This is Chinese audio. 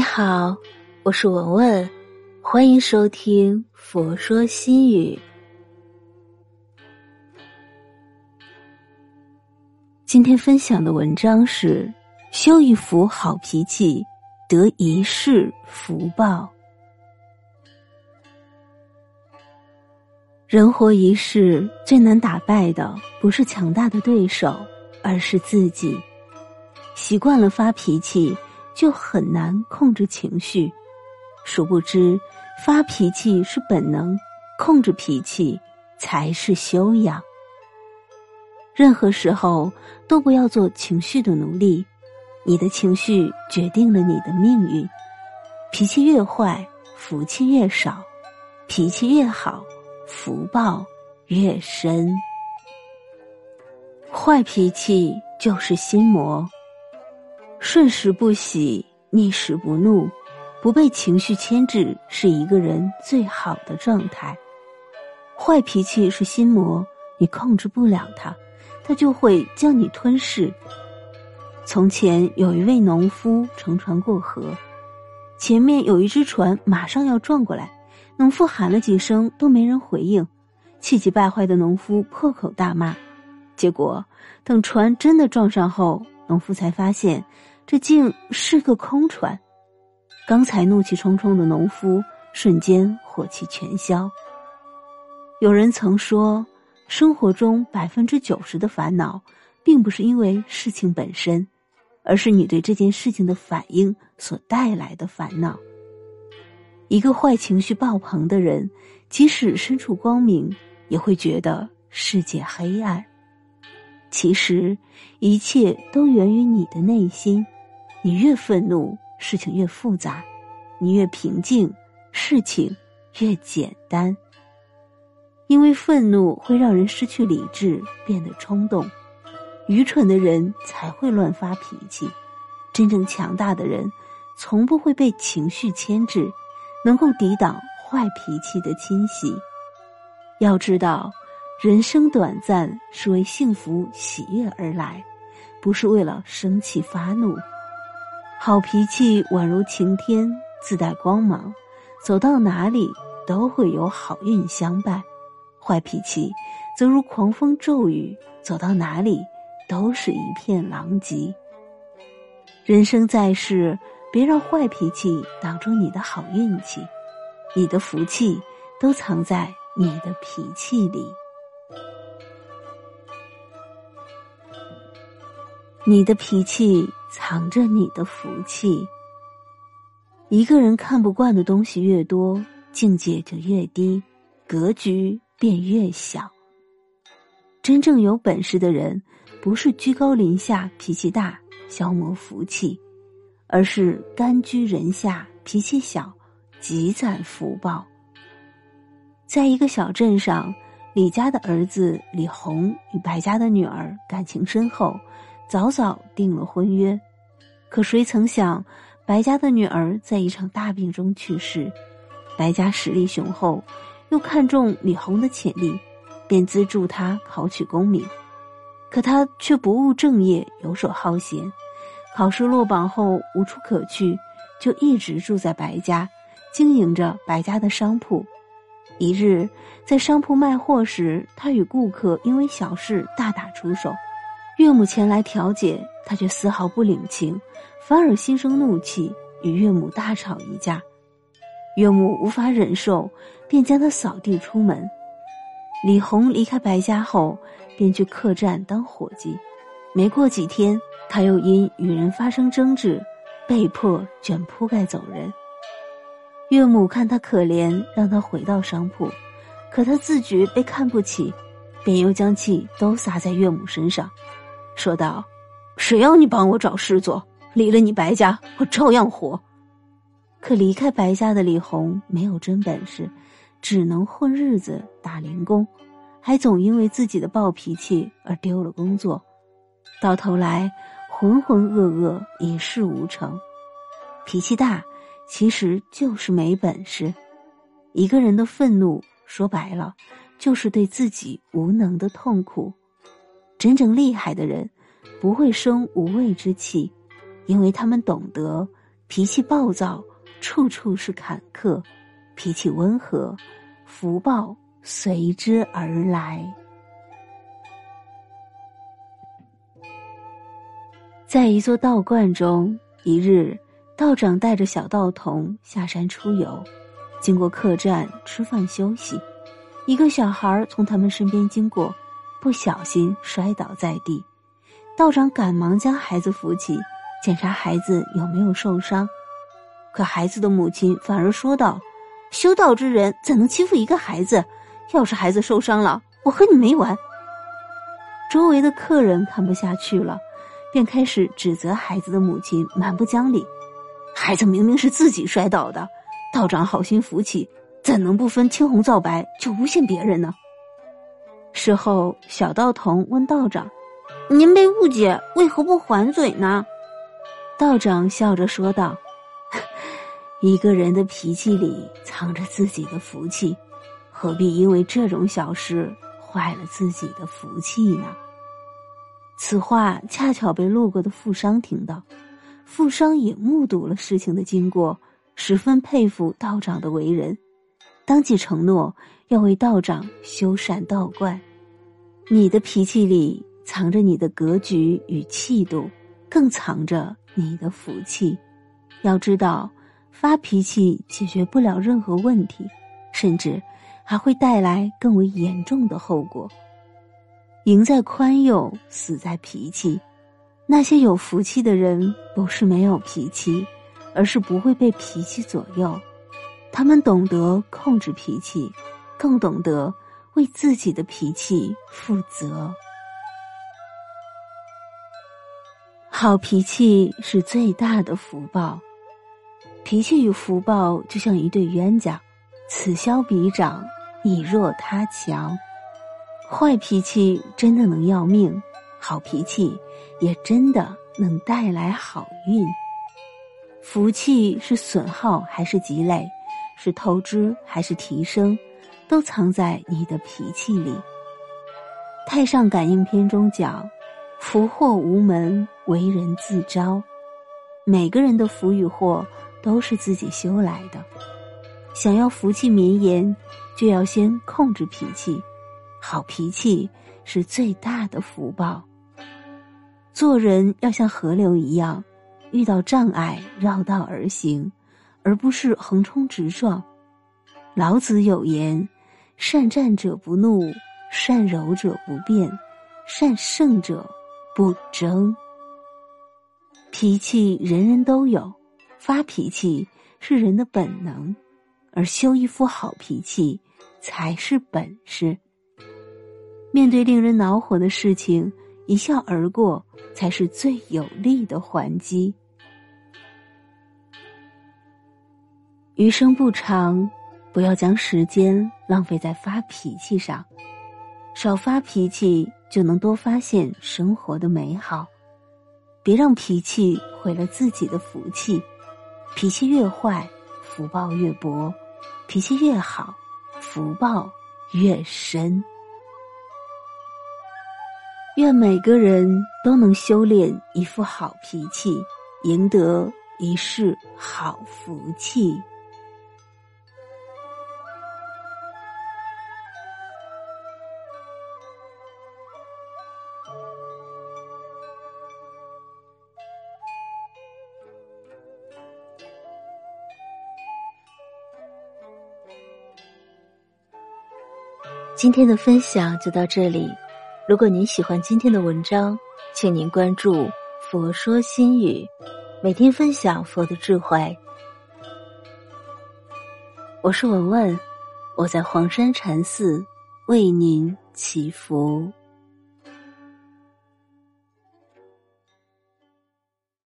好，我是文文，欢迎收听佛说心语。今天分享的文章是修一副好脾气，得一世福报。人活一世，最难打败的不是强大的对手，而是自己。习惯了发脾气，就很难控制情绪。殊不知，发脾气是本能，控制脾气才是修养。任何时候都不要做情绪的奴隶，你的情绪决定了你的命运。脾气越坏，福气越少；脾气越好，福报越深。坏脾气就是心魔，顺时不喜，逆时不怒，不被情绪牵制是一个人最好的状态。坏脾气是心魔，你控制不了它，它就会将你吞噬。从前有一位农夫乘船过河，前面有一只船马上要撞过来，农夫喊了几声都没人回应，气急败坏的农夫破口大骂。结果等船真的撞上后，农夫才发现这竟是个空船。刚才怒气冲冲的农夫瞬间火气全消。有人曾说，生活中90%的烦恼并不是因为事情本身，而是你对这件事情的反应所带来的烦恼。一个坏情绪爆棚的人，即使身处光明，也会觉得世界黑暗。其实一切都源于你的内心，你越愤怒，事情越复杂；你越平静，事情越简单。因为愤怒会让人失去理智，变得冲动。愚蠢的人才会乱发脾气，真正强大的人从不会被情绪牵制，能够抵挡坏脾气的侵袭。要知道，人生短暂，是为幸福喜悦而来，不是为了生气发怒。好脾气宛如晴天，自带光芒，走到哪里都会有好运相伴。坏脾气则如狂风骤雨，走到哪里都是一片狼藉。人生在世，别让坏脾气挡住你的好运气，你的福气都藏在你的脾气里。你的脾气藏着你的福气。一个人看不惯的东西越多，境界就越低，格局便越小。真正有本事的人，不是居高临下脾气大消磨福气，而是甘居人下脾气小积攒福报。在一个小镇上，李家的儿子李红与白家的女儿感情深厚，早早定了婚约。可谁曾想，白家的女儿在一场大病中去世。白家实力雄厚，又看中李红的潜力，便资助她考取功名。可她却不务正业，游手好闲，考试落榜后无处可去，就一直住在白家，经营着白家的商铺。一日，在商铺卖货时，他与顾客因为小事大打出手。岳母前来调解，他却丝毫不领情，反而心生怒气，与岳母大吵一架。岳母无法忍受，便将他扫地出门。李红离开白家后，便去客栈当伙计。没过几天，他又因与人发生争执，被迫卷铺盖走人。岳母看他可怜，让他回到商铺，可他自觉被看不起，便又将气都撒在岳母身上，说道：谁要你帮我找事做，离了你白家，我照样活。可离开白家的李红没有真本事，只能混日子打零工，还总因为自己的暴脾气而丢了工作，到头来浑浑噩噩，一事无成。脾气大其实就是没本事。一个人的愤怒，说白了就是对自己无能的痛苦。真正厉害的人不会生无畏之气，因为他们懂得脾气暴躁，处处是坎坷；脾气温和，福报随之而来。在一座道观中，一日，道长带着小道童下山出游，经过客栈吃饭休息，一个小孩从他们身边经过，不小心摔倒在地。道长赶忙将孩子扶起，检查孩子有没有受伤。可孩子的母亲反而说道：修道之人怎能欺负一个孩子？要是孩子受伤了，我和你没完。周围的客人看不下去了，便开始指责孩子的母亲蛮不讲理。孩子明明是自己摔倒的，道长好心扶起，怎能不分青红皂白就诬陷别人呢？事后，小道童问道长：您被误解，为何不还嘴呢？道长笑着说道：一个人的脾气里藏着自己的福气，何必因为这种小事坏了自己的福气呢？此话恰巧被路过的富商听到，富商也目睹了事情的经过，十分佩服道长的为人，当即承诺要为道长修缮道观。你的脾气里藏着你的格局与气度，更藏着你的福气。要知道，发脾气解决不了任何问题，甚至还会带来更为严重的后果。赢在宽宥，死在脾气。那些有福气的人不是没有脾气，而是不会被脾气左右。他们懂得控制脾气，更懂得为自己的脾气负责。好脾气是最大的福报。脾气与福报就像一对冤家，此消彼长，以弱他强。坏脾气真的能要命，好脾气也真的能带来好运。福气是损耗还是积累，是透支还是提升，都藏在你的脾气里。太上感应篇中讲，福祸无门，为人自招。每个人的福与祸都是自己修来的，想要福气绵延，就要先控制脾气。好脾气是最大的福报。做人要像河流一样，遇到障碍绕道而行，而不是横冲直撞。老子有言：善战者不怒，善柔者不辩，善胜者不争。脾气人人都有，发脾气是人的本能，而修一副好脾气才是本事。面对令人恼火的事情，一笑而过才是最有力的还击。余生不长，不要将时间浪费在发脾气上，少发脾气就能多发现生活的美好。别让脾气毁了自己的福气，脾气越坏，福报越薄；脾气越好，福报越深。愿每个人都能修炼一副好脾气，赢得一世好福气。今天的分享就到这里。如果您喜欢今天的文章，请您关注佛说心语，每天分享佛的智慧。我是文文，我在黄山禅寺为您祈福。